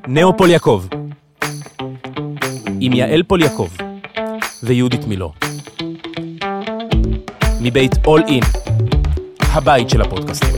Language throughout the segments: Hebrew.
נאופול יעקב, עם יעל פול יעקב ויהודית מילו. מבית אול אין, הבית של הפודקאסטים.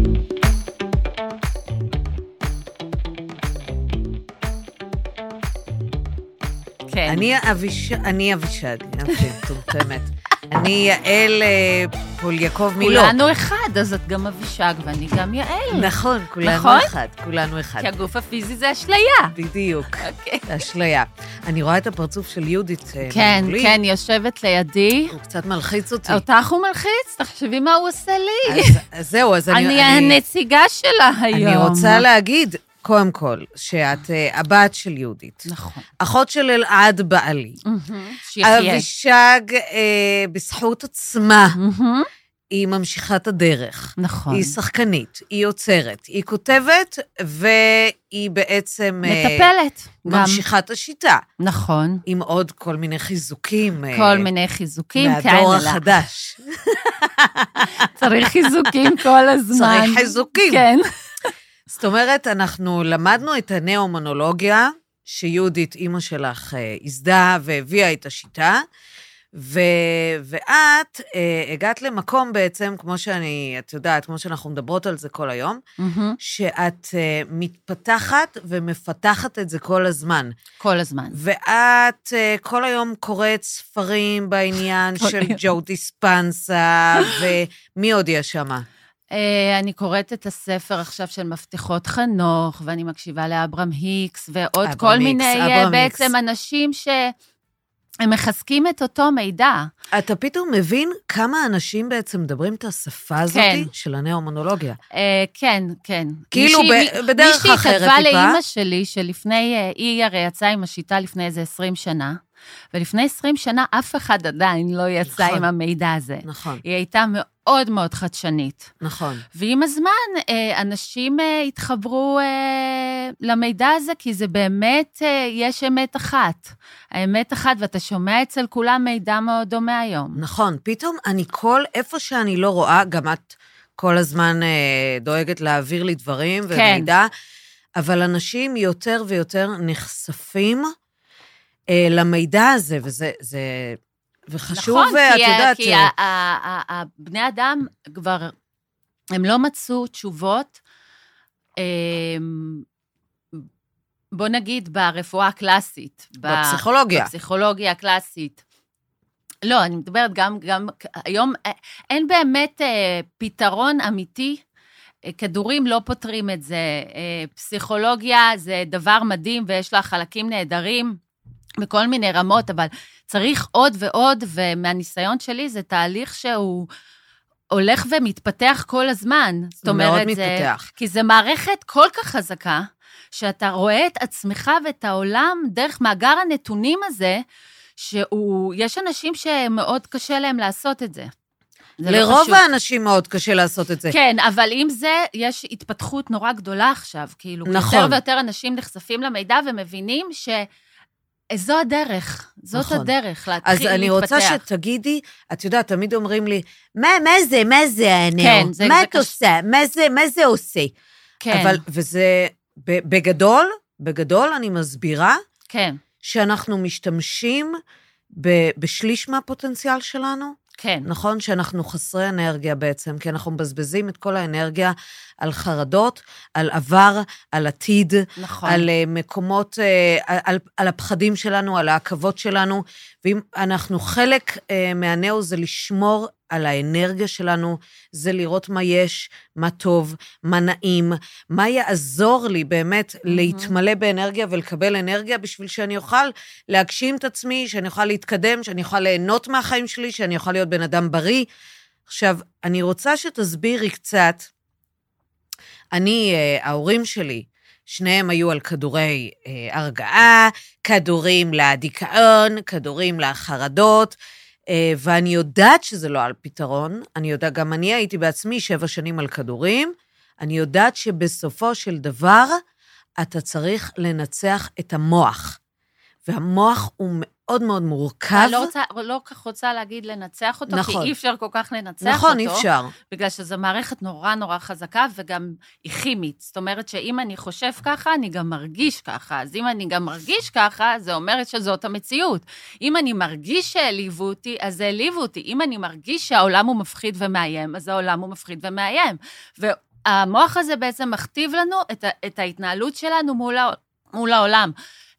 כן. אני אבישג, תומתמת. אני יעל פול יעקב מילו. כולנו אחד, אז את גם אבישג ואני גם יעל. נכון, כולנו אחד, כולנו אחד. כי הגוף הפיזי זה אשליה. בדיוק, אשליה. אני רואה את הפרצוף של יהודית. כן, כן, יושבת לידי. הוא קצת מלחיץ אותי. אותך הוא מלחיץ? תחשבי מה הוא עושה לי. אז זהו, אז אני הנציגה שלה היום. אני רוצה להגיד, קודם כל, שאת הבת של יהודית. נכון. אחות של אלעד בעלי. שיחיה. אבישג, בזכות עצמה, היא ממשיכת הדרך. נכון. היא שחקנית, היא יוצרת, היא כותבת, והיא בעצם מטפלת. ממשיכת השיטה. נכון. עם עוד כל מיני חיזוקים. כל מיני חיזוקים. מהדור החדש. צריך חיזוקים כל הזמן. צריך חיזוקים. כן. זאת אומרת, אנחנו למדנו את הנאומנולוגיה, שיהודית, אימא שלך, הזדה והביאה את השיטה, ואת הגעת למקום בעצם, כמו את יודעת, כמו שאנחנו מדברות על זה כל היום, שאת מתפתחת ומפתחת את זה כל הזמן. כל הזמן. ואת כל היום קוראת ספרים בעניין של ג'ו דיספנסה, ומי עוד יש שמה? אני קוראת את הספר עכשיו של מפתחות חנוך, ואני מקשיבה לאברהם היקס, ועוד כל מיני בעצם אנשים שהם מחזקים את אותו מידע. אתה פתאום מבין כמה אנשים בעצם מדברים את השפה הזאת של הנאומנולוגיה. כן, כן. כאילו בדרך אחרת טיפה. מישהי כתבה לאמא שלי, שלפני, היא הרי יצאה עם השיטה לפני איזה 20 שנה, ולפני 20 שנה אף אחד עדיין לא יצא עם המידע הזה. נכון. היא הייתה מאוד מאוד חדשנית. נכון. ועם הזמן, אנשים התחברו למידע הזה, כי זה באמת, יש אמת אחת. האמת אחת, ואתה שומע אצל כולם מידע מאוד דומה היום. נכון, פתאום אני איפה שאני לא רואה, גם את כל הזמן דואגת להעביר לי דברים ומידע, אבל אנשים יותר ויותר נחשפים למידע הזה, וזה וחשוב, נכון, ואת יודעת... כי בני אדם כבר, הם לא מצאו תשובות, בוא נגיד, ברפואה הקלאסית. בפסיכולוגיה. בפסיכולוגיה הקלאסית. לא, אני מדברת גם היום, אין באמת פתרון אמיתי, כדורים לא פותרים את זה, פסיכולוגיה זה דבר מדהים, ויש לה חלקים נהדרים, בכל מיני רמות, אבל צריך עוד ועוד, ומהניסיון שלי זה תהליך שהוא הולך ומתפתח כל הזמן. זאת אומרת, מאוד מתפתח. כי זה מערכת כל כך חזקה, שאתה רואה את עצמך ואת העולם דרך מאגר הנתונים הזה, שיש אנשים שמאוד קשה להם לעשות את זה. לרוב האנשים מאוד קשה לעשות את זה. כן, אבל עם זה יש התפתחות נורא גדולה עכשיו, כאילו, נכון. יותר ויותר אנשים נחשפים למידע ומבינים זו הדרך, זאת נכון. הדרך, להתחיל להתפתח. אז אני רוצה שתגידי, את יודעת, תמיד אומרים לי, מה זה הנאו? כן, מה את עושה? מה זה עושה? כן. אבל, וזה, בגדול אני מסבירה, כן. שאנחנו משתמשים בשליש מהפוטנציאל שלנו, כן. נכון? שאנחנו חסרי אנרגיה בעצם, כי אנחנו מבזבזים את כל האנרגיה על חרדות, על עבר, על עתיד, נכון. על מקומות, על הפחדים שלנו, על העכבות שלנו, ואם אנחנו חלק מהנאו זה לשמור על האנרגיה שלנו, זה לראות מה יש, מה טוב, מה נעים, מה יעזור לי באמת להתמלא באנרגיה ולקבל אנרגיה, בשביל שאני אוכל להגשים את עצמי, שאני אוכל להתקדם, שאני אוכל ליהנות מהחיים שלי, שאני אוכל להיות בן אדם בריא. עכשיו, אני רוצה שתסבירי קצת, ההורים שלי, שניהם היו על כדורי הרגעה, כדורים לדיכאון, כדורים לחרדות, ואני יודעת שזה לא על פתרון, גם אני הייתי בעצמי 7 שנים על כדורים, אני יודעת שבסופו של דבר, אתה צריך לנצח את המוח, והמוח הוא מאוד מאוד מורכב. אני לא כך רוצה להגיד לנצח אותו, נכון. כי אי אפשר כל כך לנצח אותו. נכון, אי אפשר. בגלל שזו מערכת נורא נורא חזקה, וגם היא כימית. זאת אומרת שאם אני חושב ככה, אני גם מרגיש ככה. אז אם אני גם מרגיש ככה, זה אומר שזאת המציאות. אם אני מרגיש שהעליבו אותי, אז זה העליבו אותי. אם אני מרגיש שהעולם הוא מפחיד ומאיים, אז העולם הוא מפחיד ומאיים. והמוח הזה בעצם מכתיב לנו את ההתנהלות שלנו מול העולם.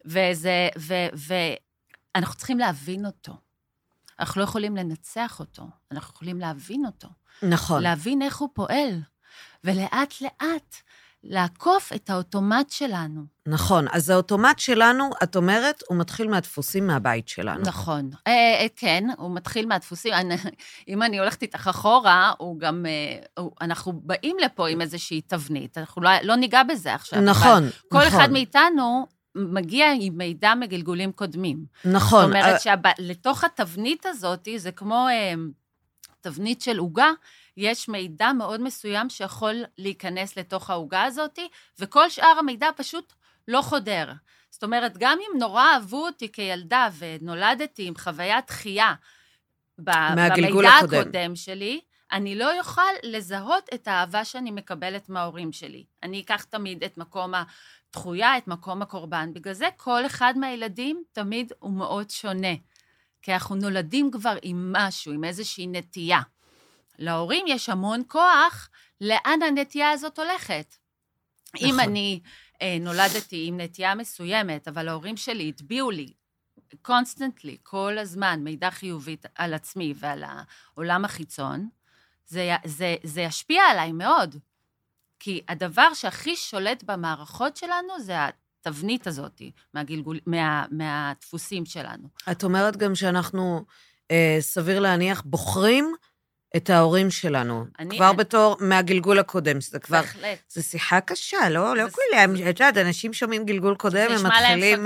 ואנחנו צריכים להבין אותו. אנחנו לא יכולים לנצח אותו, אנחנו יכולים להבין אותו. נכון. להבין איך הוא פועל, ולאט לאט לעקוף את האוטומט שלנו. נכון, אז האוטומט שלנו, את אומרת, הוא מתחיל מהדפוסים מהבית שלנו. נכון, כן, הוא מתחיל מהדפוסים. אם אני הולכת איתך אחורה, אנחנו באים לפה עם איזושהי תבנית, אנחנו לא ניגע בזה עכשיו. נכון, נכון. כל אחד מאיתנו מגיע עם מידע מגלגולים קודמים. נכון. זאת אומרת שלתוך התבנית הזאת, זה כמו תבנית של עוגה, יש מידע מאוד מסוים שיכול להיכנס לתוך העוגה הזאת, וכל שאר המידע פשוט לא חודר. זאת אומרת, גם אם נורא אהבו אותי כילדה, ונולדתי עם חוויית חייה במידע הקודם שלי, אני לא יוכל לזהות את האהבה שאני מקבלת מההורים שלי. אני אקח תמיד את מקום התחויה, את מקום הקורבן. בגלל זה כל אחד מהילדים תמיד הוא מאוד שונה. כי אנחנו נולדים כבר עם משהו, עם איזושהי נטייה. להורים יש המון כוח לאן הנטייה הזאת הולכת. נכון. אם אני נולדתי עם נטייה מסוימת, אבל ההורים שלי התביאו לי constantly, כל הזמן, מידע חיובית על עצמי ועל העולם החיצון, זה ישפיע עליי מאוד. כי הדבר שהכי שולט במערכות שלנו זה התבנית הזאת, מהדפוסים שלנו. את אומרת גם שאנחנו, סביר להניח, בוחרים את ההורים שלנו. כבר בתור מהגלגול הקודם, שזה כבר, זה שיחה קשה, לא כולם, את יודעת, אנשים שומעים גלגול קודם, הם מתחילים,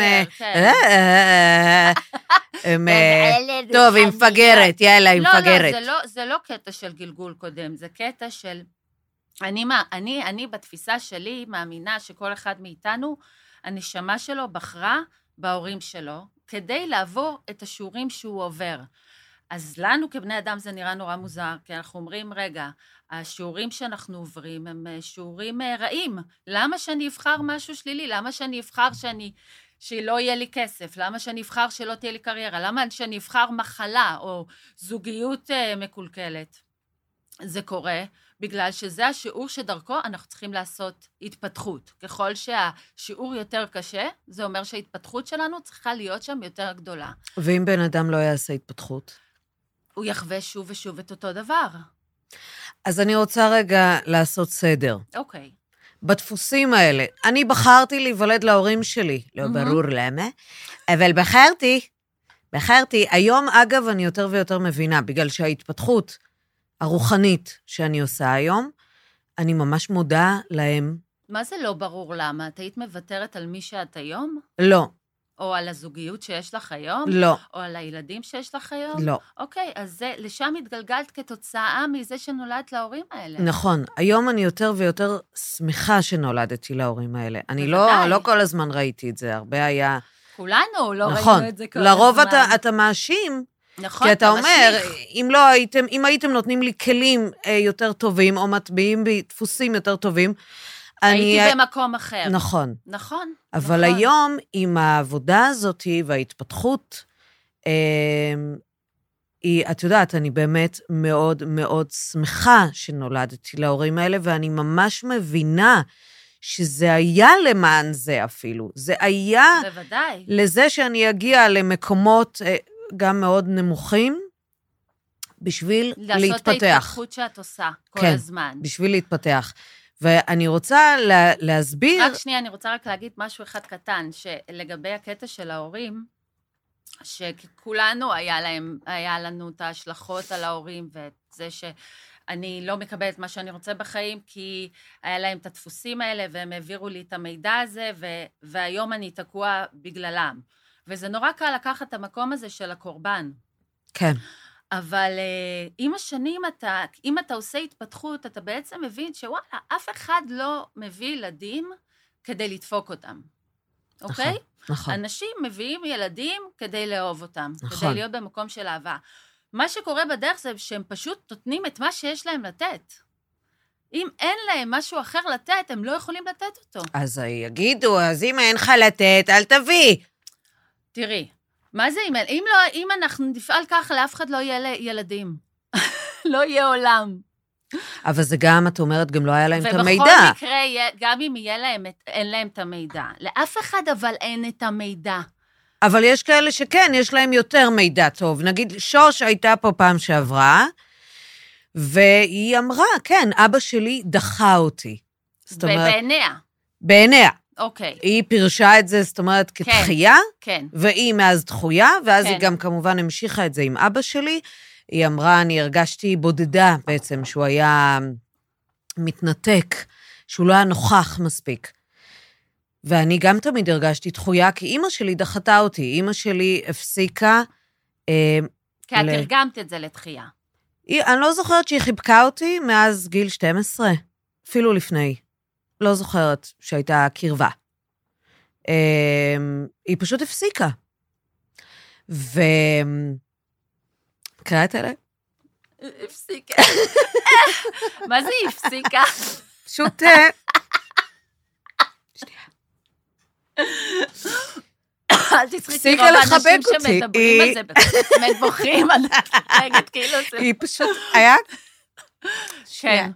טוב, היא מפגרת, יאללה, היא מפגרת. זה לא קטע של גלגול קודם, זה קטע של, אני בתפיסה שלי מאמינה שכל אחד מאיתנו, הנשמה שלו בחרה בהורים שלו, כדי לעבור את השיעורים שהוא עובר. אז לנו כבני אדם זה נראה נורא מוזר, כי אנחנו אומרים, רגע, השיעורים שאנחנו עוברים הם שיעורים רעים. למה שאני אבחר משהו שלילי? למה שאני אבחר שלא יהיה לי כסף? למה שאני אבחר שלא תהיה לי קריירה? למה שאני אבחר מחלה או זוגיות מקולקלת? זה קורה בגלל שזה השיעור שדרכו אנחנו צריכים לעשות התפתחות. ככל שהשיעור יותר קשה, זה אומר שההתפתחות שלנו צריכה להיות שם יותר גדולה. ואם בן אדם לא יעשה התפתחות? הוא יחווה שוב ושוב את אותו דבר. אז אני רוצה רגע לעשות סדר. אוקיי. בדפוסים האלה, אני בחרתי להיוולד להורים שלי, לא ברור למה, אבל בחרתי, היום אגב אני יותר ויותר מבינה, בגלל שההתפתחות הרוחנית שאני עושה היום, אני ממש מודה להם. מה זה לא ברור למה? את היית מוותרת על מי שאת היום? לא. או על הזוגיות שיש לך היום? לא. או על הילדים שיש לך היום? לא. אוקיי, אז לשם התגלגלת כתוצאה מזה שנולדת להורים האלה. נכון. היום אני יותר ויותר שמחה שנולדתי להורים האלה. אני לא כל הזמן ראיתי את זה, הרבה היה... כולנו לא נכון. ראינו את זה כל הזמן. לרוב אתה מאשים, נכון, כי אתה אומר, אם הייתם נותנים לי כלים יותר טובים, או מטביעים בדפוסים יותר טובים, הייתי במקום אחר. נכון. נכון. אבל היום, עם העבודה הזאת וההתפתחות, את יודעת, אני באמת מאוד מאוד שמחה שנולדתי להורים האלה, ואני ממש מבינה שזה היה למען זה אפילו. זה היה בוודאי. לזה שאני אגיע למקומות גם מאוד נמוכים, בשביל להתפתח. לעשות את ההתפתחות שאת עושה כל הזמן. כן, בשביל להתפתח. ואני רוצה להסביר... רק שנייה, אני רוצה רק להגיד משהו אחד קטן, שלגבי הקטע של ההורים, שכולנו היה לנו את ההשלכות על ההורים, ואת זה שאני לא מקבלת מה שאני רוצה בחיים, כי היה להם את הדפוסים האלה, והם העבירו לי את המידע הזה, והיום אני תקוע בגללם. וזה נורא קל לקחת את המקום הזה של הקורבן. כן. אבל עם השנים, אם אתה עושה התפתחות, אתה בעצם מבין שוואלה, אף אחד לא מביא ילדים כדי לדפוק אותם. אוקיי? נכון. אנשים מביאים ילדים כדי לאהוב אותם, נכון. כדי להיות במקום של אהבה. מה שקורה בדרך זה שהם פשוט נותנים את מה שיש להם לתת. אם אין להם משהו אחר לתת, הם לא יכולים לתת אותו. אז יגידו, אז אם אין לך לתת, אל תביא. תראי, מה זה אם אנחנו נפעל ככה, לאף אחד לא יהיה ילדים. לא יהיה עולם. אבל זה גם, את אומרת, גם לא היה להם את המידע. ובכל מקרה, גם אם יהיה להם, אין להם את המידע. לאף אחד אבל אין את המידע. אבל יש כאלה שכן, יש להם יותר מידע טוב. נגיד, שוש הייתה פה פעם שעברה, והיא אמרה, כן, אבא שלי דחה אותי. ובעיניה. בעיניה. אוקיי. היא פירשה את זה, זאת אומרת, כתחייה, כן. והיא מאז דחויה, ואז כן. היא גם כמובן המשיכה את זה עם אבא שלי. היא אמרה, אני הרגשתי בודדה בעצם, שהוא היה מתנתק, שהוא לא היה נוכח מספיק. ואני גם תמיד הרגשתי דחויה, כי אמא שלי דחתה אותי, אמא שלי הפסיקה... כי את הרגמת את זה לתחייה. אני לא זוכרת שהיא חיבקה אותי מאז גיל 12, אפילו לפני. לא זוכרת שהייתה קרבה. היא פשוט הפסיקה. קראת עליה? הפסיקה. מה זה היא הפסיקה? פשוט... אל תצחקי רוב האנשים שמדברים על זה, באמת בוחרים, נגד כאילו זה... היא פשוט... היה? כן.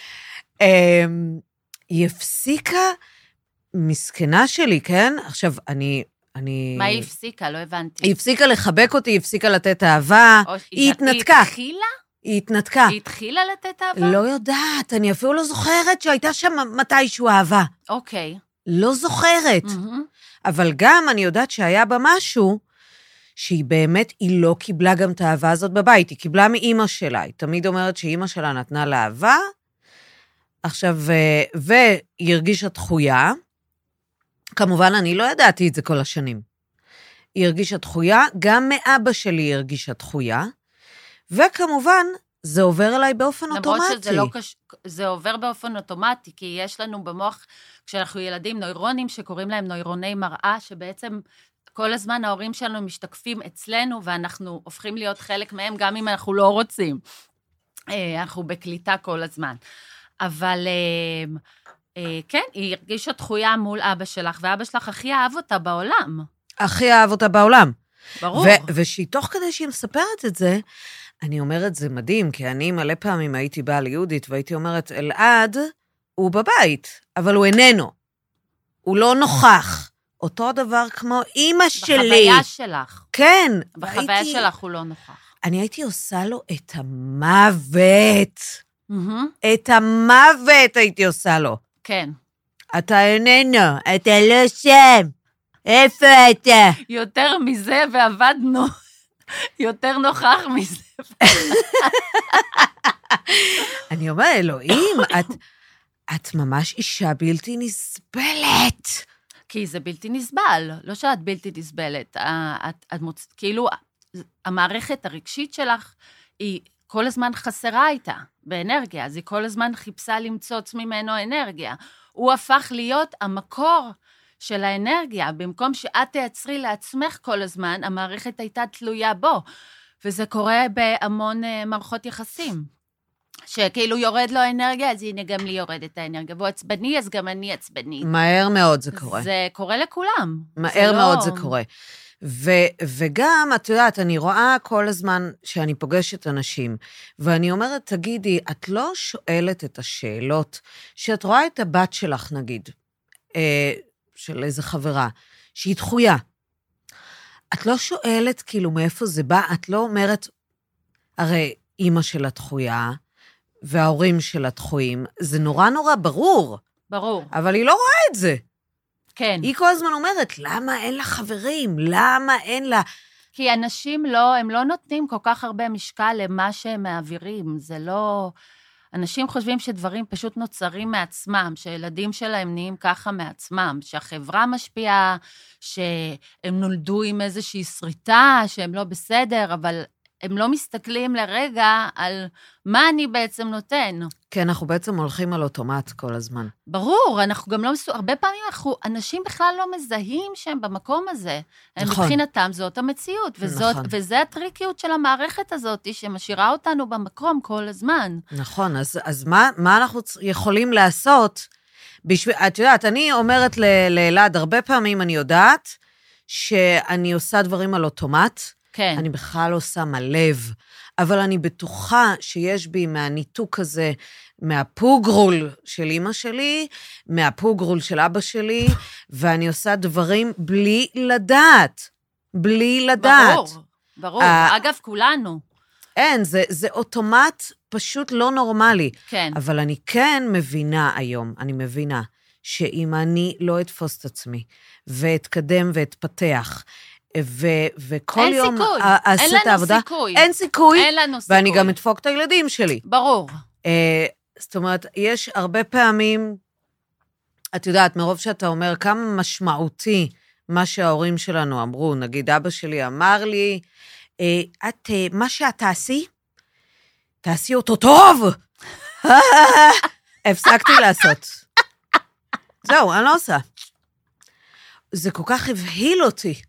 היא הפסיקה מסכנה שלי, כן? עכשיו, אני... מה היא הפסיקה? לא הבנתי. היא הפסיקה לחבק אותי, היא הפסיקה לתת אהבה, היא התנתקה. היא התחילה? היא התנתקה. היא התחילה לתת אהבה? לא יודעת, אני אפילו לא זוכרת שהייתה שם מתישהו אהבה. אוקיי. לא זוכרת. אבל גם אני יודעת שהיה בה משהו, שהיא באמת, היא לא קיבלה גם את האהבה הזאת בבית, היא קיבלה מאמא שלה, היא תמיד אומרת שאמא שלה נתנה לה אהבה, עכשיו, והיא הרגישה דחויה, כמובן אני לא ידעתי את זה כל השנים, היא הרגישה דחויה, גם מאבא שלי היא הרגישה דחויה, וכמובן, זה עובר אליי באופן אוטומטי. למרות שזה לא זה עובר באופן אוטומטי, כי יש לנו במוח, כשאנחנו ילדים, נוירונים שקוראים להם נוירוני מראה, שבעצם כל הזמן ההורים שלנו משתקפים אצלנו, ואנחנו הופכים להיות חלק מהם, גם אם אנחנו לא רוצים. אנחנו בקליטה כל הזמן. אבל כן, היא הרגישה דחויה מול אבא שלך, ואבא שלך הכי אהב אותה בעולם. הכי אהב אותה בעולם. ברור. ושהיא תוך כדי שהיא מספרת את זה, אני אומרת, זה מדהים, כי אני מלא פעמים הייתי באה ליהודית, והייתי אומרת, אלעד הוא בבית, אבל הוא איננו. הוא לא נוכח. אותו דבר כמו אמא שלי. בחוויה שלך. כן. בחוויה שלך הוא לא נוכח. אני הייתי עושה לו את המוות. את המוות הייתי עושה לו. כן. אתה איננו, אתה לא שם. איפה אתה? יותר מזה ועבדנו. יותר נוכח מזה. אני אומרת, אלוהים, את ממש אישה בלתי נסבלת. כי זה בלתי נסבל, לא שאת בלתי נסבלת. כאילו, המערכת הרגשית שלך, היא כל הזמן חסרה איתה באנרגיה, אז היא כל הזמן חיפשה למצוץ ממנו אנרגיה. הוא הפך להיות המקור של האנרגיה, במקום שאת תייצרי לעצמך כל הזמן, המערכת הייתה תלויה בו, וזה קורה בהמון מערכות יחסים, שכאילו יורד לו האנרגיה, אז הנה גם לי יורדת האנרגיה, והוא עצבני, אז גם אני עצבנית. מהר מאוד זה קורה. זה קורה לכולם. מהר מאוד זה קורה. וגם, את יודעת, אני רואה כל הזמן שאני פוגשת אנשים, ואני אומרת, תגידי, את לא שואלת את השאלות, שאת רואה את הבת שלך, נגיד, של איזו חברה, שהיא דחויה. את לא שואלת כאילו מאיפה זה בא, את לא אומרת, הרי אמא שלה דחויה, וההורים שלה דחויים, זה נורא נורא ברור. ברור. אבל היא לא רואה את זה. כן. היא כל הזמן אומרת, למה אין לה חברים? למה אין לה... כי אנשים לא, הם לא נותנים כל כך הרבה משקל למה שהם מעבירים. זה לא... אנשים חושבים שדברים פשוט נוצרים מעצמם, שילדים שלהם נהיים ככה מעצמם, שהחברה משפיעה, שהם נולדו עם איזושהי שריטה, שהם לא בסדר, אבל הם לא מסתכלים לרגע על מה אני בעצם נותן. כי אנחנו בעצם הולכים על אוטומט כל הזמן. ברור, אנחנו גם לא הרבה פעמים אנשים בכלל לא מזהים שהם במקום הזה. נכון. מבחינתם זאת המציאות, נכון. וזה הטריקיות של המערכת הזאת, שמשאירה אותנו במקום כל הזמן. נכון, אז מה אנחנו יכולים לעשות? את יודעת, אני אומרת לאלעד, הרבה פעמים אני יודעת שאני עושה דברים על אוטומט, כן. אני בכלל לא שמה לב, אבל אני בטוחה שיש בי מהניתוק הזה, מהפוגרול של אמא שלי, מהפוגרול של אבא שלי, ואני עושה דברים בלי לדעת. בלי לדעת. ברור. אגב, כולנו. אין, זה אוטומט פשוט לא נורמלי. כן. אבל אני כן מבינה היום, אני מבינה, שאם אני לא אתפוס את עצמי, ואתקדם ואתפתח, וכל יום אעשה את העבודה, אין סיכוי, אין לנו סיכוי. ואני גם אדפוק את הילדים שלי. ברור. זאת אומרת, יש הרבה פעמים, את יודעת, מרוב שאתה אומר, כמה משמעותי מה שההורים שלנו אמרו, נגיד אבא שלי אמר לי, מה שאת תעשי אותו טוב. הפסקתי לעשות. זהו, אני לא עושה. זה כל כך הבהיל אותי,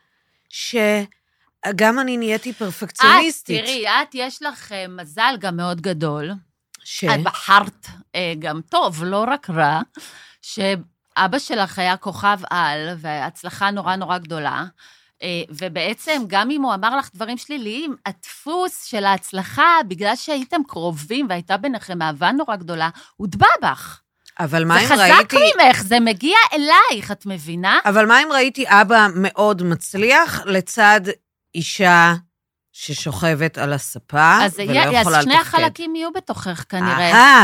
שגם אני נהייתי פרפקציוניסטית. תראי, יש לך מזל גם מאוד גדול. את בחרת גם טוב, לא רק רע, שאבא שלך היה כוכב על, והצלחה נורא נורא גדולה, ובעצם גם אם הוא אמר לך דברים שליליים, הדפוס של ההצלחה, בגלל שהייתם קרובים והייתה ביניכם אהבה נורא גדולה, הוא דבע בך. אבל מה אם ראיתי... זה חזק ממך, זה מגיע אלייך, את מבינה? אבל מה אם ראיתי אבא מאוד מצליח לצד אישה ששוכבת על הספה ולא יכולה לתפקד? אז שני החלקים יהיו בתוכך כנראה.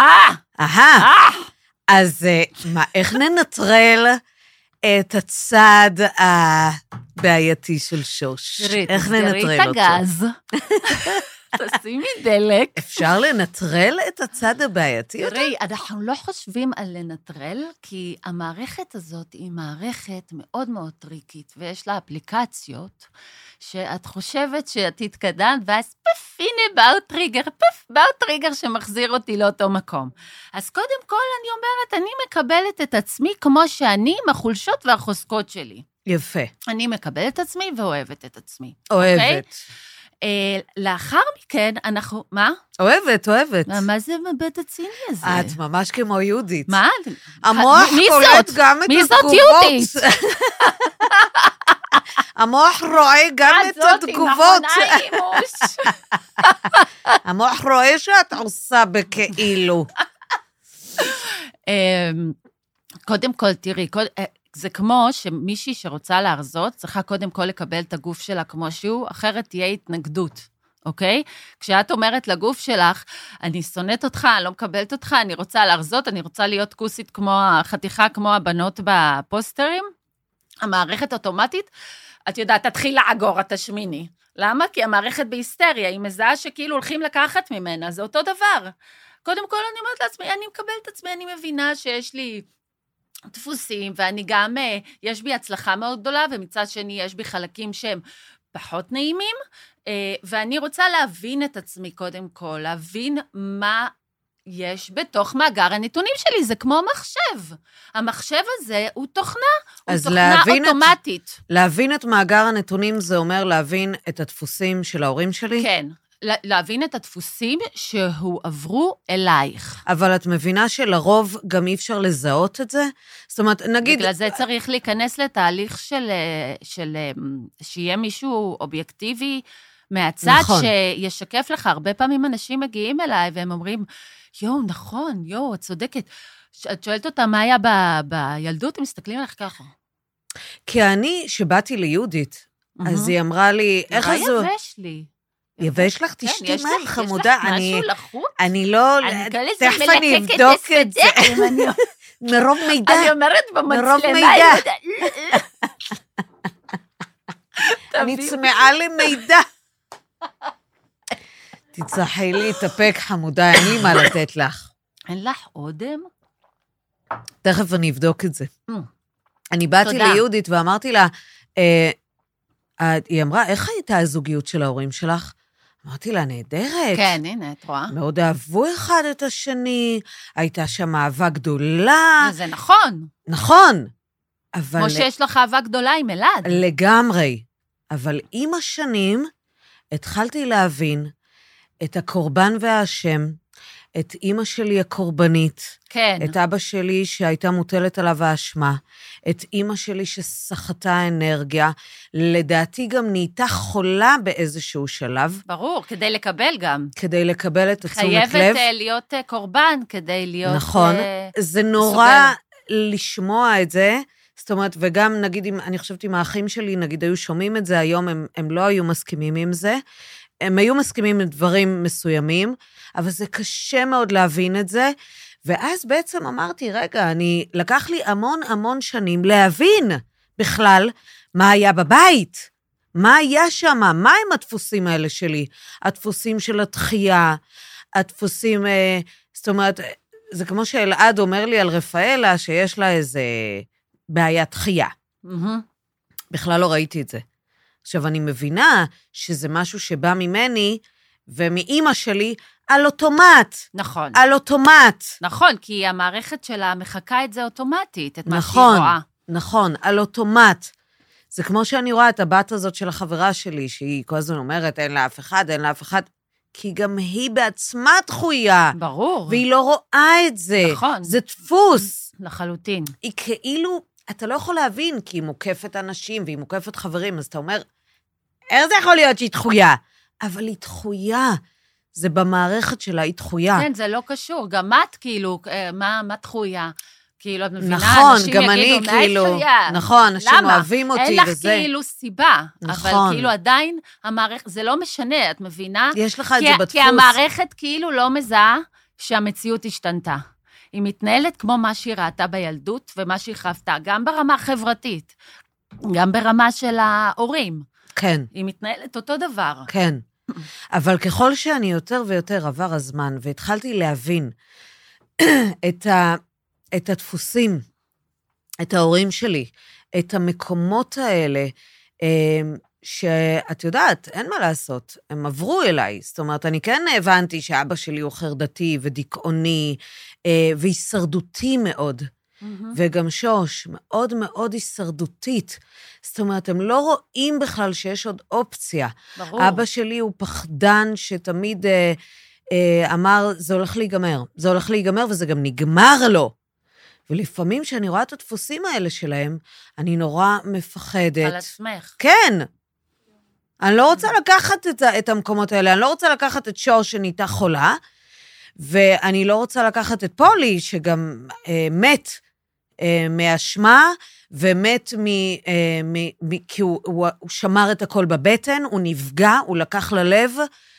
אז איך ננטרל את הצד הבעייתי של שוש? איך ננטרל אותו? תראי את הגז. תשימי דלק. אפשר לנטרל את הצד הבעייתי? תראי, אנחנו לא חושבים על לנטרל, כי המערכת הזאת היא מערכת מאוד מאוד טריקית, ויש לה אפליקציות, שאת חושבת שאת התקדמת, ואז פף, הנה באו טריגר שמחזיר אותי לאותו מקום. אז קודם כל אני אומרת, אני מקבלת את עצמי כמו שאני, עם החולשות והחוזקות שלי. יפה. אני מקבלת את עצמי ואוהבת את עצמי. אוהבת. לאחר מכן, אנחנו, מה? אוהבת. מה זה מבט הציני הזה? את ממש כמו יהודית. מה? המוח קולט גם את התגובות. מי זאת יהודית? המוח רואה גם את התגובות. המוח רואה שאת עושה בכאילו. קודם כל, תראי, זה כמו שמישהי שרוצה להרזות, צריכה קודם כל לקבל את הגוף שלה כמו שהוא, אחרת תהיה התנגדות, אוקיי? כשאת אומרת לגוף שלך, אני שונאת אותך, אני לא מקבלת אותך, אני רוצה להרזות, אני רוצה להיות כוסית כמו החתיכה, כמו הבנות בפוסטרים, המערכת אוטומטית, את יודעת, תתחיל לעגור, את תשמיני. למה? כי המערכת בהיסטריה, היא מזהה שכאילו הולכים לקחת ממנה, זה אותו דבר. קודם כל אני אומרת לעצמי, אני מקבלת את עצמי, אני מבינה שיש לי דפוסים, ואני גם, יש בי הצלחה מאוד גדולה, ומצד שני יש בי חלקים שהם פחות נעימים, ואני רוצה להבין את עצמי קודם כל, להבין מה יש בתוך מאגר הנתונים שלי, זה כמו מחשב. המחשב הזה הוא תוכנה, הוא תוכנה אוטומטית. להבין את מאגר הנתונים זה אומר להבין את הדפוסים של ההורים שלי? כן. להבין את הדפוסים שהועברו אלייך. אבל את מבינה שלרוב גם אי אפשר לזהות את זה? זאת אומרת, נגיד... בגלל זה צריך להיכנס לתהליך שיהיה מישהו אובייקטיבי מהצד, נכון. שישקף לך. הרבה פעמים אנשים מגיעים אליי והם אומרים, נכון, את צודקת. את שואלת אותה מה היה בילדות, הם מסתכלים עליך ככה. כי אני, שבאתי ליהודית, אז היא אמרה לי, איך הזו... מה יבש לי? יבש לך, תשתי מים, חמודה. יש לך משהו לחוץ? אני לא... תכף אני אבדוק את זה. מרוב מידע. אני אומרת במצלמה. מרוב מידע. אני צמאה למידע. תצטרכי לי להתאפק, חמודה, אין לי מה לתת לך. אין לך אודם? תכף אני אבדוק את זה. אני באתי ליהודית ואמרתי לה, היא אמרה, איך הייתה הזוגיות של ההורים שלך? אמרתי לה, נהדרת. כן, הנה, את רואה? מאוד אהבו אחד את השני, הייתה שם אהבה גדולה. זה נכון. נכון. אבל... כמו שיש לך אהבה גדולה עם אלעד. לגמרי. אבל עם השנים התחלתי להבין את הקורבן והאשם, את אמא שלי הקורבנית, כן. את אבא שלי שהייתה מוטלת עליו האשמה, את אמא שלי שסחטה אנרגיה, לדעתי גם נהייתה חולה באיזשהו שלב. ברור, כדי לקבל גם. כדי לקבל את התשומת לב. חייבת להיות קורבן, כדי להיות... נכון, זה נורא לשמוע את זה, זאת אומרת, וגם נגיד, אני חושבת עם האחים שלי, נגיד היו שומעים את זה, היום הם לא היו מסכימים עם זה, הם היו מסכימים עם דברים מסוימים, אבל זה קשה מאוד להבין את זה, ואז בעצם אמרתי, רגע, לקח לי המון שנים להבין בכלל מה היה בבית, מה היה שם, מה הם הדפוסים האלה שלי, הדפוסים של התחייה, הדפוסים, זאת אומרת, זה כמו שאלעד אומר לי על רפאלה, שיש לה איזה בעיית תחייה. בכלל לא ראיתי את זה. עכשיו, אני מבינה שזה משהו שבא ממני, ומאמא שלי, על אוטומט. נכון. על אוטומט. נכון, כי המערכת שלה מחכה את זה אוטומטית, את מה נכון, שהיא רואה. נכון, על אוטומט. זה כמו שאני רואה את הבת הזאת של החברה שלי, שהיא כל הזמן אומרת, אין לה אף אחד, אין לה אף אחד, כי גם היא בעצמה דחויה. ברור. והיא לא רואה את זה. נכון. זה דפוס. לחלוטין. היא כאילו, אתה לא יכול להבין, כי היא מוקפת אנשים, והיא מוקפת חברים, אז אתה אומר, איך זה יכול להיות שהיא דחויה? אבל היא דחויה. זה במערכת שלה, היא דחויה. כן, זה לא קשור. גם את, כאילו, מה דחויה? כאילו, את מבינה, נכון, אנשים גם יגידו, אני כאילו, נכון, אנשים אוהבים אותי אין לך וזה. כאילו סיבה, נכון. אבל כאילו עדיין המערכת, זה לא משנה, את מבינה? יש לך את זה בדפוס. כי המערכת כאילו לא מזהה שהמציאות השתנתה. היא מתנהלת כמו מה שהיא ראתה בילדות ומה שהיא חוותה, גם ברמה חברתית, גם ברמה של ההורים. כן. היא מתנהלת אותו דבר. כן. אבל ככל שאני יותר ויותר עבר הזמן, והתחלתי להבין את הדפוסים, את ההורים שלי, את המקומות האלה, שאת יודעת, אין מה לעשות, הם עברו אליי. זאת אומרת, אני כן הבנתי שאבא שלי הוא חרדתי ודיכאוני, והישרדותי מאוד. וגם שוש, מאוד מאוד הישרדותית. זאת אומרת, הם לא רואים בכלל שיש עוד אופציה. ברור. אבא שלי הוא פחדן שתמיד אמר, זה הולך להיגמר. זה הולך להיגמר וזה גם נגמר לו. ולפעמים כשאני רואה את הדפוסים האלה שלהם, אני נורא מפחדת. על עצמך. כן. אני לא רוצה לקחת את המקומות האלה, אני לא רוצה לקחת את שוש שנהייתה חולה, ואני לא רוצה לקחת את פולי, שגם מת מאשמה, ומת כי הוא שמר את הכל בבטן, הוא נפגע, הוא לקח ללב.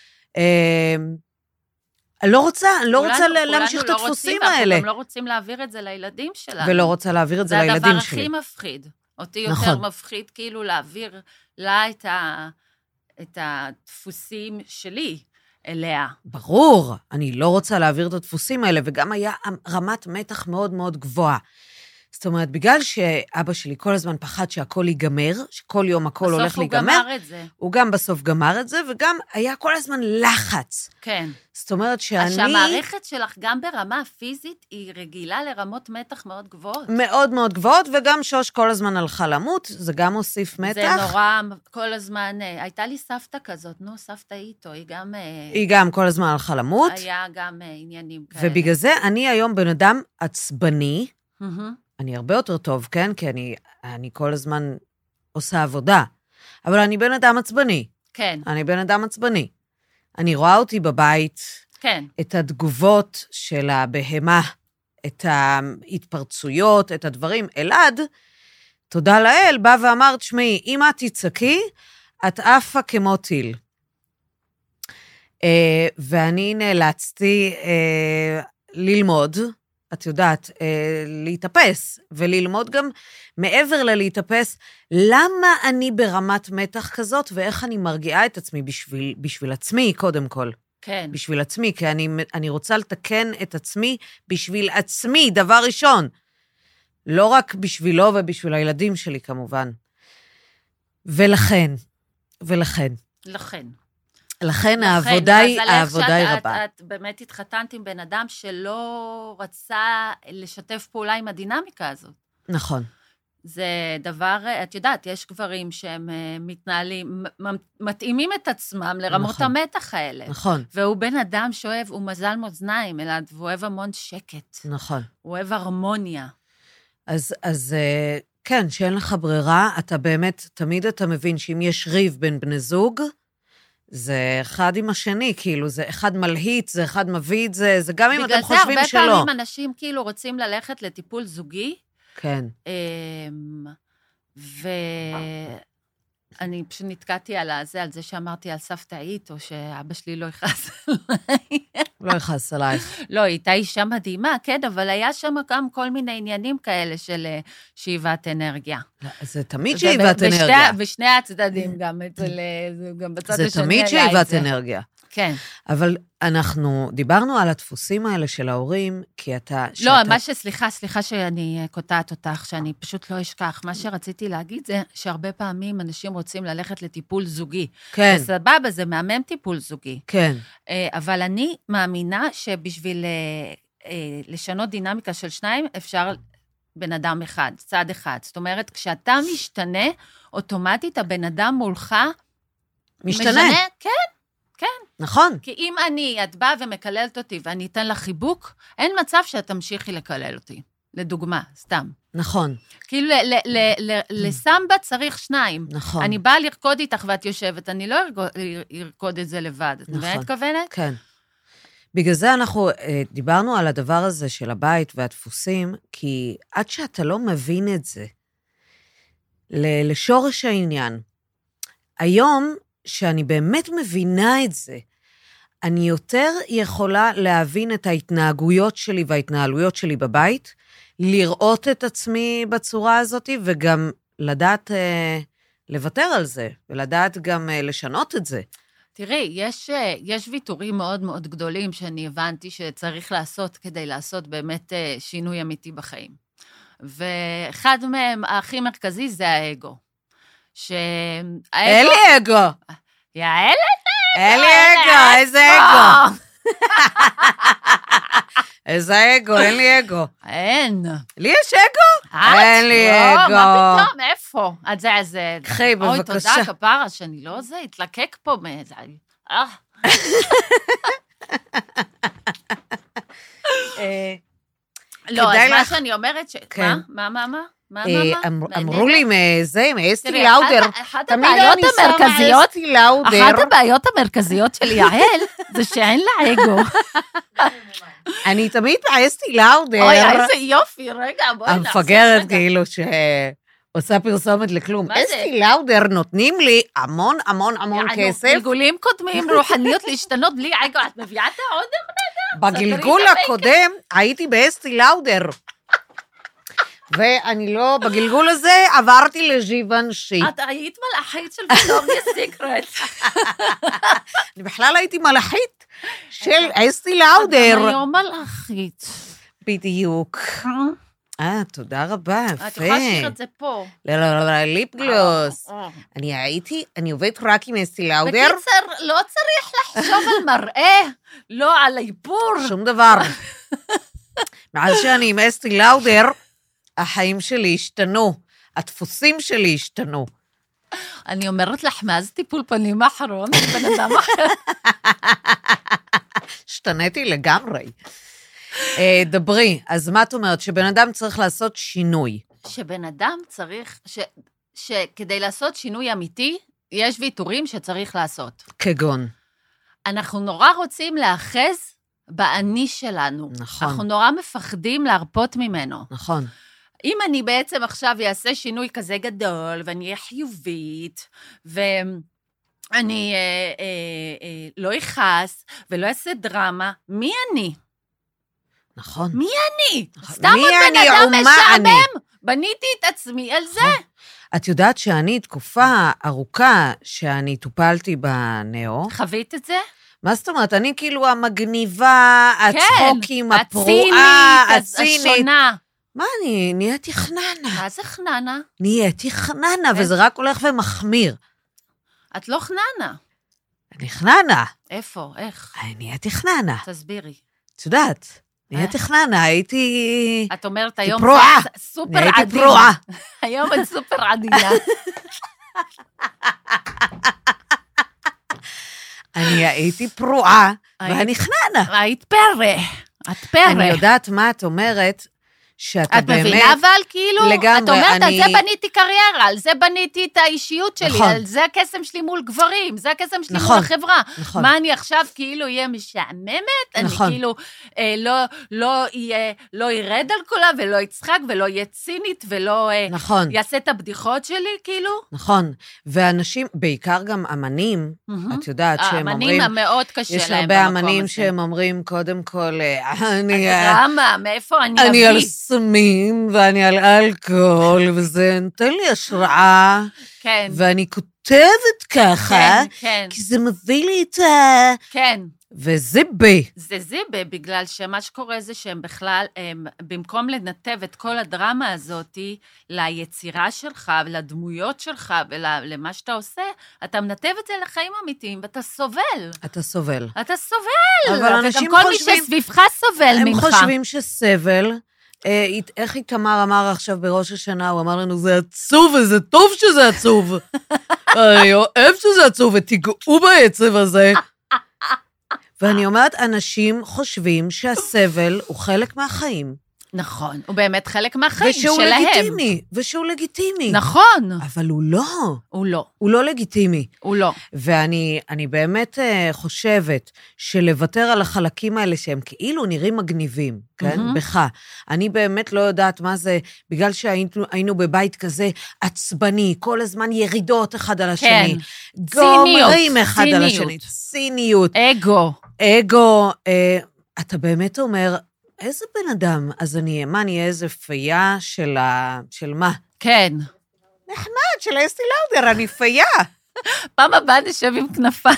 אני לא רוצה להמשיך את הדפוסים האלה. אנחנו גם לא רוצים להעביר את זה לילדים שלנו. ולא רוצה להעביר את זה לילדים שלי. זה הדבר הכי מפחיד. אותי יותר מפחיד כאילו להעביר לה את הדפוסים שלי אליה. ברור, אני לא רוצה להעביר את הדפוסים האלה, וגם היה רמת מתח מאוד מאוד גבוהה. זאת אומרת, בגלל שאבא שלי כל הזמן פחד שהכל ייגמר, שכל יום הכל הולך להיגמר, בסוף הוא גמר את זה. הוא גם בסוף גמר את זה, וגם היה כל הזמן לחץ. כן. זאת אומרת שאני... אז שהמערכת שלך גם ברמה הפיזית היא רגילה לרמות מתח מאוד גבוהות. מאוד מאוד גבוהות, וגם שוש כל הזמן הלכה למות, זה גם הוסיף מתח. זה נורא, כל הזמן, הייתה לי סבתא כזאת, סבתא איתו, היא גם כל הזמן הלכה למות. היה גם עניינים כאלה. ובגלל זה אני היום בן אדם עצבני, אני הרבה יותר טוב, כן? כי אני כל הזמן עושה עבודה. אבל אני בן אדם עצבני. כן. אני בן אדם עצבני. אני רואה אותי בבית, כן. את התגובות של הבהמה, את ההתפרצויות, את הדברים. אלעד, תודה לאל, בא ואמר, תשמעי, אם את תצעקי, את עפה כמו טיל. ואני נאלצתי ללמוד, את יודעת, להתאפס, וללמוד גם מעבר ללהתאפס, למה אני ברמת מתח כזאת, ואיך אני מרגיעה את עצמי בשביל עצמי, קודם כל. כן. בשביל עצמי, כי אני רוצה לתקן את עצמי בשביל עצמי, דבר ראשון. לא רק בשבילו ובשביל הילדים שלי, כמובן. ולכן. לכן. לכן העבודה היא רבה. את באמת התחתנת עם בן אדם שלא רצה לשתף פעולה עם הדינמיקה הזאת. נכון. זה דבר, את יודעת, יש גברים שהם מתנהלים, מתאימים את עצמם לרמות המתח האלה. נכון. והוא בן אדם שאוהב, הוא מזל מאזניים, אלעד, והוא אוהב המון שקט. נכון. הוא אוהב הרמוניה. אז כן, שאין לך ברירה, אתה באמת, תמיד אתה מבין שאם יש ריב בין בני זוג, זה אחד עם השני, כאילו, זה אחד מלהיט, זה אחד מביא את זה, זה גם אם אתם חושבים שלא. בגלל זה הרבה פעמים אנשים כאילו רוצים ללכת לטיפול זוגי, כן. ואני פשוט נתקעתי על זה שאמרתי על סבתאית, או שאבא שלי לא יכעס עליי. לא יכעס עלייך. לא, היא הייתה אישה מדהימה, כן, אבל היה שם גם כל מיני עניינים כאלה של שאיבת אנרגיה. זה תמיד שאיבת אנרגיה. בשני הצדדים גם, גם בצד השני. זה תמיד שאיבת אנרגיה. כן. אבל אנחנו דיברנו על הדפוסים האלה של ההורים, כי אתה... לא, סליחה שאני קוטעת אותך, שאני פשוט לא אשכח. מה שרציתי להגיד זה שהרבה פעמים אנשים רוצים ללכת לטיפול זוגי. כן. וסבבה, זה מהמם טיפול זוגי. כן. אבל אני מאמינה שבשביל לשנות דינמיקה של שניים, אפשר בן אדם אחד, צד אחד. זאת אומרת, כשאתה משתנה, אוטומטית הבן אדם מולך משתנה. כן. כן. נכון. כי אם את באה ומקללת אותי, ואני אתן לך חיבוק, אין מצב שאת תמשיכי לקלל אותי. לדוגמה, סתם. נכון. כאילו, לסמבה צריך שניים. נכון. אני באה לרקוד איתך ואת יושבת, אני לא ארקוד את זה לבד. את מבינה את כוונת? כן. בגלל זה אנחנו דיברנו על הדבר הזה של הבית והדפוסים, כי עד שאתה לא מבין את זה, לשורש העניין, היום, שאני באמת מבינה את זה, אני יותר יכולה להבין את ההתנהגויות שלי וההתנהלויות שלי בבית, לראות את עצמי בצורה הזאת, וגם לדעת לוותר על זה, ולדעת גם לשנות את זה. תראי, יש ויתורים מאוד מאוד גדולים שאני הבנתי שצריך לעשות כדי לעשות באמת שינוי אמיתי בחיים. ואחד מהם, הכי מרכזי, זה האגו. אין לי אגו. יעל? אין לי אגו, איזה אגו. איזה אגו, אין לי אגו. אין. לי יש אגו? אין לי אגו. מה פתאום, איפה? אז קחי, בבקשה. אוי, תודה, כפרה, שאני לא זה, התלקק פה מאיזה... לא, אז מה שאני אומרת ש... מה? אמרו לי מאסתי לאודר. אחת הבעיות המרכזיות של יעל, זה שאין לה אגו. אני תמיד מאסתי לאודר. אוי, איזה יופי, רגע, בואי נעשה. המפגרת כאילו שעושה פרסומת לכלום. אסתי לאודר נותנים לי המון כסף. גלגולים קודמים, רוחניות להשתנות בלי אגו, את מביאה את העודם? בגלגול הקודם הייתי באסתי לאודר. ואני לא, בגלגול הזה עברתי לג'יוונשי. את היית מלאכית של ויקטוריא's סיקרט. אני בכלל הייתי מלאכית של אסתי לאודר. את היום מלאכית. בדיוק. תודה רבה, יפה. את יכולה לשאיר את זה פה. לא, ליפ גלוס. אני עובדת רק עם אסתי לאודר. בקיצר, לא צריך לחשוב על מראה, לא על האיפור. שום דבר. מאז שאני עם אסתי לאודר, החיים שלי השתנו, הדפוסים שלי השתנו. אני אומרת לך, מאז טיפול פנים האחרון, בן אדם אחר. השתניתי לגמרי. דברי, אז מה את אומרת? שבן אדם צריך לעשות שינוי. שבן אדם צריך, שכדי לעשות שינוי אמיתי, יש ויתורים שצריך לעשות. כגון. אנחנו נורא רוצים לאחז באני שלנו. נכון. אנחנו נורא מפחדים להרפות ממנו. נכון. אם אני בעצם עכשיו אעשה שינוי כזה גדול, ואני אהיה חיובית, ואני לא יכעס, ולא אעשה דרמה, מי אני? נכון. מי אני? סתם עוד בן אדם משעמם. בניתי את עצמי על זה. את יודעת שאני תקופה ארוכה שאני טופלתי בנאו. חווית את זה? מה זאת אומרת? אני כאילו המגניבה, הצחוקים, הפרועה, הצינית. השונה. מה אני? נהייתי חננה. מה זה חננה? נהייתי חננה, וזה רק הולך ומחמיר. את לא חננה. אני חננה. איפה? איך? אני נהייתי חננה. תסבירי. את יודעת, נהייתי חננה, הייתי... את אומרת היום פרועה. סופר עדינה. נהייתי פרועה. היום את סופר עדינה. אני הייתי פרועה, ואני חננה. היית פרא. את פרא. אני יודעת מה את אומרת, שאתה את באמת... מבינה אבל כאילו? לגמרי, את אומרת, אני... על זה בניתי קריירה, על זה בניתי את האישיות שלי, נכון. על זה הקסם שלי מול גברים, זה הקסם שלי נכון, מול החברה. נכון. מה אני עכשיו כאילו אהיה משעממת? נכון. אני כאילו לא ירד על קולה ולא יצחק ולא יהיה צינית ולא נכון. יעשה את הבדיחות שלי, כאילו? נכון, ואנשים, בעיקר גם אמנים, את יודעת שהם אומרים... האמנים מאוד קשה להם יש במקום הזה. הרבה אמנים שהם אומרים, קודם כל, הדרמה, מאיפה אני אני על אביא? סמים, ואני על אלכוהול, וזה נותן לי השראה, כן. ואני כותבת ככה, כן, כן. כי זה מביא לי את ה... כן. וזה בי. זה זיבה, בגלל שמה שקורה זה שהם בכלל, במקום לנתב את כל הדרמה הזאת ליצירה שלך, לדמויות שלך ולמה שאתה עושה, אתה מנתב את זה לחיים אמיתיים, ואתה סובל. אתה סובל. אתה סובל. אבל אנשים וגם כל חושבים... מי שסביבך סובל הם ממך. חושבים שסבל... איך איתמר אמר עכשיו בראש השנה, הוא אמר לנו, זה עצוב, וזה טוב שזה עצוב. אני אוהב שזה עצוב, ותיגעו בעצב הזה. ואני אומרת, אנשים חושבים שהסבל הוא חלק מהחיים. נכון, הוא באמת חלק מהחיים שלהם. ושהוא לגיטימי, ושהוא לגיטימי. נכון. אבל הוא לא. הוא לא. הוא לא לגיטימי. הוא לא. ואני באמת חושבת שלוותר על החלקים האלה שהם כאילו נראים מגניבים, כן? בך. אני באמת לא יודעת מה זה, בגלל שהיינו בבית כזה עצבני, כל הזמן ירידות אחד על השני. כן. גומרים אחד על השני. ציניות. אגו. אתה באמת אומר, איזה בן אדם? אז אני אהיה איזה פייה של מה? כן. נחמד, של אסתי לאודר, אני פייה. פעם הבאה נשב עם כנפיים.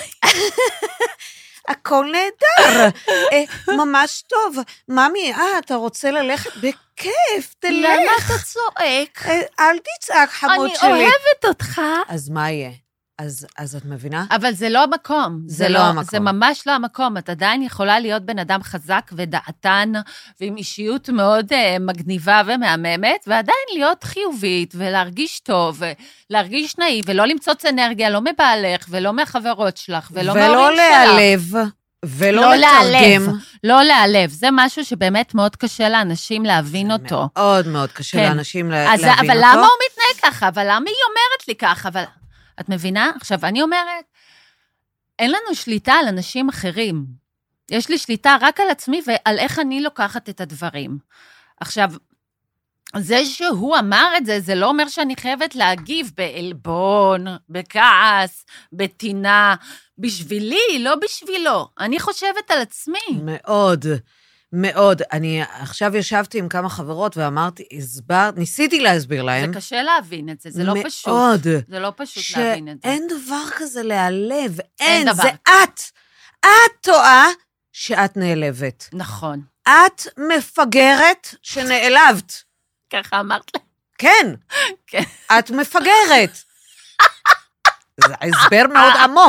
הכל נהדר, ממש טוב. ממי, אתה רוצה ללכת? בכיף, תלך. למה אתה צועק? אל תצעק, חמוד שלי. אני אוהבת אותך. אז מה יהיה? אז את מבינה? אבל זה לא המקום. זה לא המקום. זה ממש לא המקום. את עדיין יכולה להיות בן אדם חזק ודעתן, ועם אישיות מאוד מגניבה ומהממת, ועדיין להיות חיובית, ולהרגיש טוב, ולהרגיש נאי, ולא למצוץ אנרגיה, לא מבעלך, ולא מהחברות שלך, ולא מההורים שלך. ולא להיעלב, ולא לתרגם. לא להיעלב. זה משהו שבאמת מאוד קשה לאנשים להבין אותו. מאוד מאוד קשה לאנשים להבין אותו. אבל למה הוא מתנהג ככה? אבל למה היא אומרת לי ככה? אבל... את מבינה? עכשיו, אני אומרת, אין לנו שליטה על אנשים אחרים. יש לי שליטה רק על עצמי ועל איך אני לוקחת את הדברים. עכשיו, זה שהוא אמר את זה, זה לא אומר שאני חייבת להגיב בעלבון, בכעס, בתינה, בשבילי, לא בשבילו. אני חושבת על עצמי. מאוד. מאוד. אני עכשיו ישבתי עם כמה חברות ואמרתי, ניסיתי להסביר להם. זה קשה להבין את זה, זה לא פשוט. מאוד. זה לא פשוט להבין את זה. שאין דבר כזה להיעלב. אין דבר. זה את. את טועה שאת נעלבת. נכון. את מפגרת שנעלבת. ככה אמרת לה. כן. כן. את מפגרת. זה הסבר מאוד עמוק.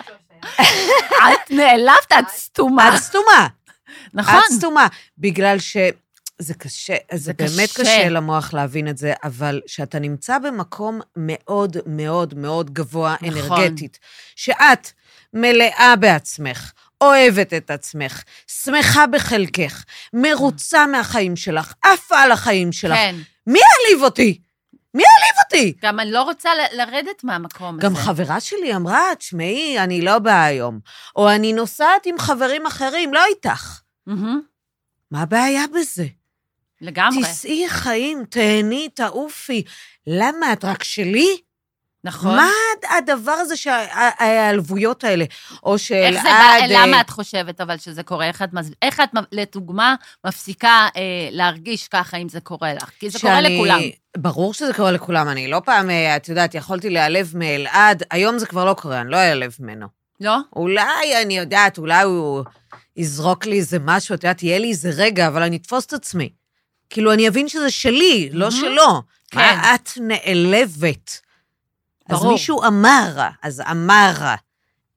את נעלבת, את סתומה. את סתומה. נכון. את סתומה, בגלל שזה קשה, זה באמת קשה למוח להבין את זה, אבל שאתה נמצא במקום מאוד מאוד מאוד גבוה אנרגטית, שאת מלאה בעצמך, אוהבת את עצמך, שמחה בחלקך, מרוצה מהחיים שלך, עפה על החיים שלך. כן. מי יעליב אותי? מי יעליב אותי? גם אני לא רוצה לרדת מהמקום הזה. גם חברה שלי אמרה, תשמעי, אני לא באה היום, או אני נוסעת עם חברים אחרים, לא איתך. מה הבעיה בזה? לגמרי. תסעי חיים, תהני, תעופי. למה? את רק שלי? נכון. מה הדבר הזה, ההעלבויות האלה? או של איך זה בא, למה את חושבת אבל שזה קורה? איך את לדוגמה מפסיקה להרגיש ככה אם זה קורה לך? כי זה קורה לכולם. ברור שזה קורה לכולם. אני לא פעם, את יודעת, יכולתי להיעלב מאלעד, היום זה כבר לא קורה, אני לא אעלב ממנו. לא? אולי, אני יודעת, אולי הוא יזרוק לי איזה משהו, את יודעת, יהיה לי איזה רגע, אבל אני אתפוס את עצמי. כאילו, אני אבין שזה שלי, לא שלו. כן. מה את נעלבת? ברור. אז מישהו אמר, אז אמר.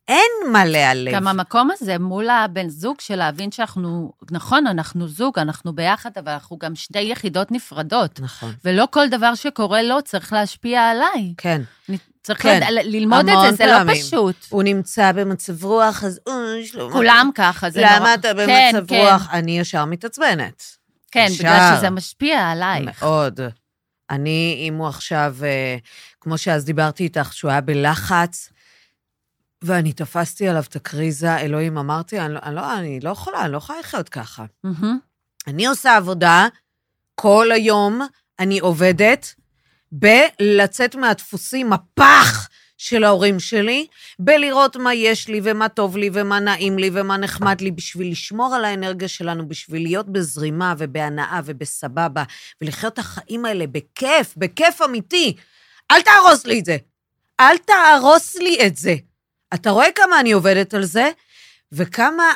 אין מה להיעלב. גם המקום הזה מול הבן זוג של להבין שאנחנו, נכון, אנחנו זוג, אנחנו ביחד, אבל אנחנו גם שתי יחידות נפרדות. נכון. ולא כל דבר שקורה לו צריך להשפיע עליי. כן. צריך כן. ללמוד את זה, זה לא פשוט. הוא נמצא במצב רוח, אז כולם ככה, זה נורא. למה אתה במצב רוח? אני ישר מתעצבנת. כן, בגלל שזה משפיע עלייך. מאוד. אם הוא עכשיו, כמו שאז דיברתי איתך, שהוא היה בלחץ, ואני תפסתי עליו את הקריזה, אלוהים, אמרתי, אני לא יכולה לחיות ככה. אני עושה עבודה, כל היום אני עובדת, בלצאת מהדפוסים, הפח של ההורים שלי, בלראות מה יש לי, ומה טוב לי, ומה נעים לי, ומה נחמד לי, בשביל לשמור על האנרגיה שלנו, בשביל להיות בזרימה, ובהנאה, ובסבבה, ולחיות את החיים האלה בכיף אמיתי. אל תהרוס לי את זה. אל תהרוס לי את זה. אתה רואה כמה אני עובדת על זה, וכמה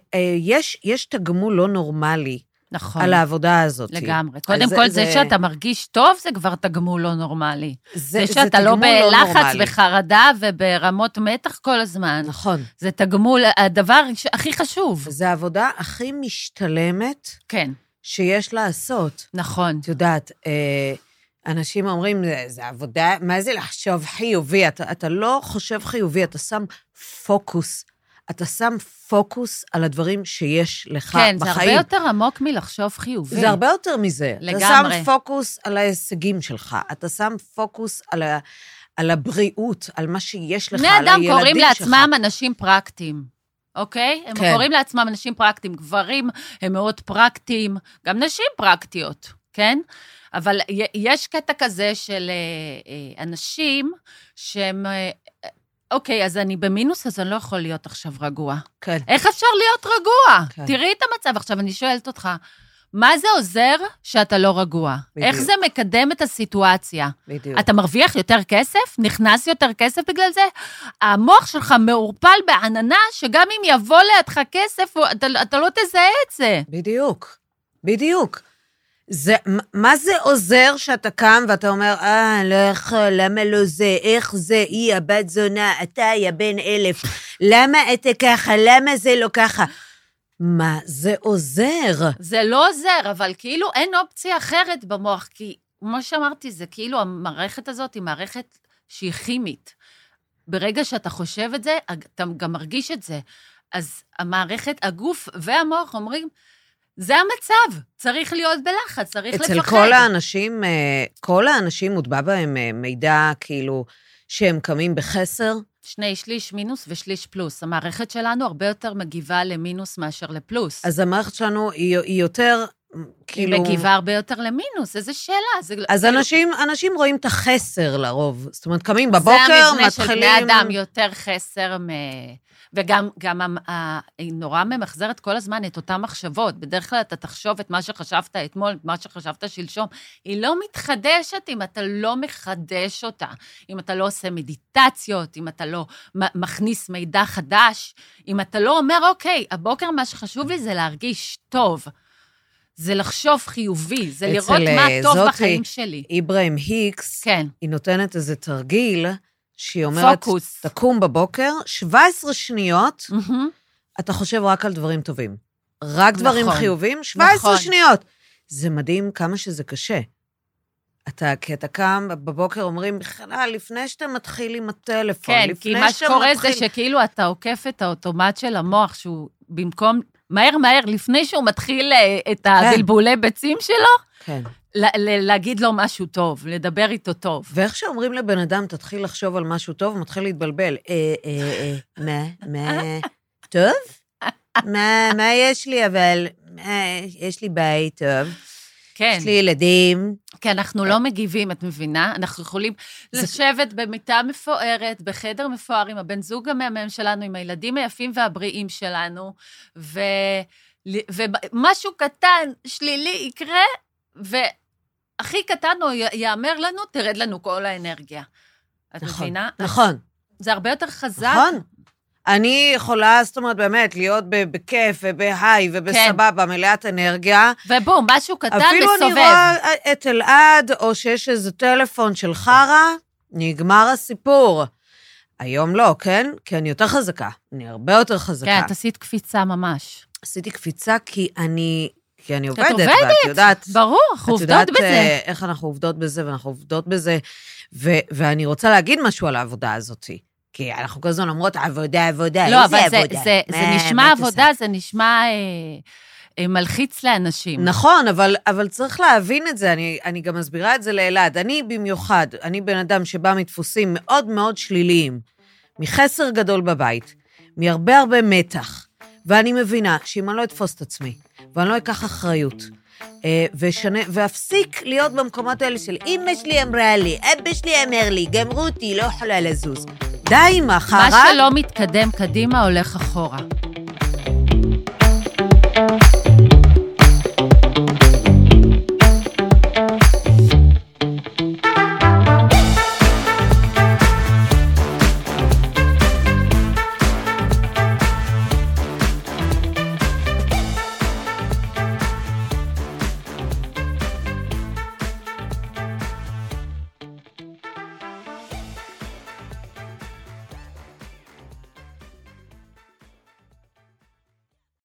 יש תגמול לא נורמלי, נכון. על העבודה הזאת. לגמרי. קודם כל, זה שאתה מרגיש טוב, זה כבר תגמול לא נורמלי. זה שאתה לא בלחץ, בחרדה וברמות מתח כל הזמן. נכון. זה תגמול, הדבר הכי חשוב. זה העבודה הכי משתלמת, כן. שיש לעשות. נכון. את יודעת, אנשים אומרים, זה עבודה, מה זה לחשוב חיובי? אתה לא חושב חיובי, אתה שם פוקוס. אתה שם פוקוס על הדברים שיש לך בחיים. כן, זה הרבה יותר עמוק מלחשוב חיובי. זה הרבה יותר מזה. לגמרי. אתה שם פוקוס על ההישגים שלך, אתה שם פוקוס על הבריאות, על מה שיש לך, על הילדים שלך. בני אדם קוראים לעצמם אנשים פרקטיים, אוקיי? הם קוראים לעצמם אנשים פרקטיים. גברים הם מאוד פרקטיים, גם נשים פרקטיות, כן? אבל יש קטע כזה של אנשים שהם... אוקיי, אז אני במינוס, אז אני לא יכול להיות עכשיו רגוע. כן. איך אפשר להיות רגוע? כן. תראי את המצב. עכשיו, אני שואלת אותך, מה זה עוזר שאתה לא רגוע? בדיוק. איך זה מקדם את הסיטואציה? בדיוק. אתה מרוויח יותר כסף? נכנס יותר כסף בגלל זה? המוח שלך מעורפל בעננה, שגם אם יבוא לידך כסף, אתה לא תזהה את זה. בדיוק. בדיוק. מה זה עוזר שאתה קם ואתה אומר, למה לא זה, איך זה, היא הבת זונה, אתה יא בן 1000, למה אתה ככה, למה זה לא ככה? מה זה עוזר? זה לא עוזר, אבל כאילו אין אופציה אחרת במוח, כי כמו שאמרתי, זה כאילו המערכת הזאת היא מערכת שהיא כימית. ברגע שאתה חושב את זה, אתה גם מרגיש את זה. אז המערכת, הגוף והמוח אומרים, זה המצב, צריך להיות בלחץ, צריך לפחד. אצל כל האנשים מוטבע בהם מידע כאילו שהם קמים בחסר. 2/3 מינוס ו1/3 פלוס. המערכת שלנו הרבה יותר מגיבה למינוס מאשר לפלוס. אז המערכת שלנו היא יותר כאילו... היא מגיבה הרבה יותר למינוס, איזו שאלה. אז אנשים רואים את החסר לרוב. זאת אומרת, קמים בבוקר, מתחילים... זה המבנה של בני אדם יותר חסר וגם היא נורא ממחזרת כל הזמן את אותן מחשבות. בדרך כלל אתה תחשוב את מה שחשבת אתמול, את מה שחשבת שלשום. היא לא מתחדשת אם אתה לא מחדש אותה. אם אתה לא עושה מדיטציות, אם אתה לא מכניס מידע חדש, אם אתה לא אומר, אוקיי, הבוקר מה שחשוב לי זה להרגיש טוב. זה לחשוב חיובי, זה לראות מה טוב בחיים שלי. איברהים היקס, כן. היא נותנת איזה תרגיל, שהיא אומרת, פוקוס. תקום בבוקר, 17 שניות, אתה חושב רק על דברים טובים. רק דברים חיובים, 17 שניות. זה מדהים כמה שזה קשה. כי אתה קם בבוקר, אומרים, לפני שאתה מתחיל עם הטלפון, כן, כי מה שקורה זה שכאילו אתה עוקף את האוטומט של המוח, שהוא במקום, מהר, לפני שהוא מתחיל את הבלבולי ביצים שלו, כן. להגיד לו משהו טוב, לדבר איתו טוב. ואיך שאומרים לבן אדם, תתחיל לחשוב על משהו טוב, הוא מתחיל להתבלבל. טוב? מה יש לי, אבל יש לי בית טוב. כן. יש לי ילדים. כי אנחנו לא מגיבים, את מבינה? אנחנו יכולים לשבת במיטה מפוארת, בחדר מפואר, עם הבן זוג המאמן שלנו, עם הילדים היפים והבריאים שלנו, ומשהו קטן, שלילי יקרה, והכי קטן הוא יאמר לנו, תרד לנו כל האנרגיה. את מבינה? נכון. זה הרבה יותר חזק. נכון. אני יכולה, זאת אומרת, באמת, להיות בכיף ובהיי ובסבבה, מלאת אנרגיה. ובום, משהו קטן מסובב. אפילו אני רואה את אלעד, או שיש איזה טלפון של חרה, נגמר הסיפור. היום לא, כן? כי אני יותר חזקה. אני הרבה יותר חזקה. כן, את עשית קפיצה ממש. עשיתי קפיצה כי אני עובדת. את עובדת, ואת יודעת, ברור, אנחנו עובדות בזה. איך אנחנו עובדות בזה, ואנחנו עובדות בזה, ואני רוצה להגיד משהו על העבודה הזאת. כי אנחנו כל הזמן אומרות, עבודה, לא, אבל זה נשמע עבודה, זה נשמע מלחיץ לאנשים. נכון, אבל צריך להבין את זה, אני גם מסבירה את זה לאלעד. אני במיוחד, אני בן אדם שבא מדפוסים מאוד מאוד שליליים, מחסר גדול בבית, מהרבה הרבה מתח, ואני מבינה שאם אני לא אתפוס את עצמי, ואני לא אקח אחריות, ואפסיק להיות במקומות האלה של אמא שלי אמרה לי, אבא שלי אמר לי, גמרו אותי, לא יכולה לזוז. די עם החרא. מה שלא מתקדם קדימה הולך אחורה.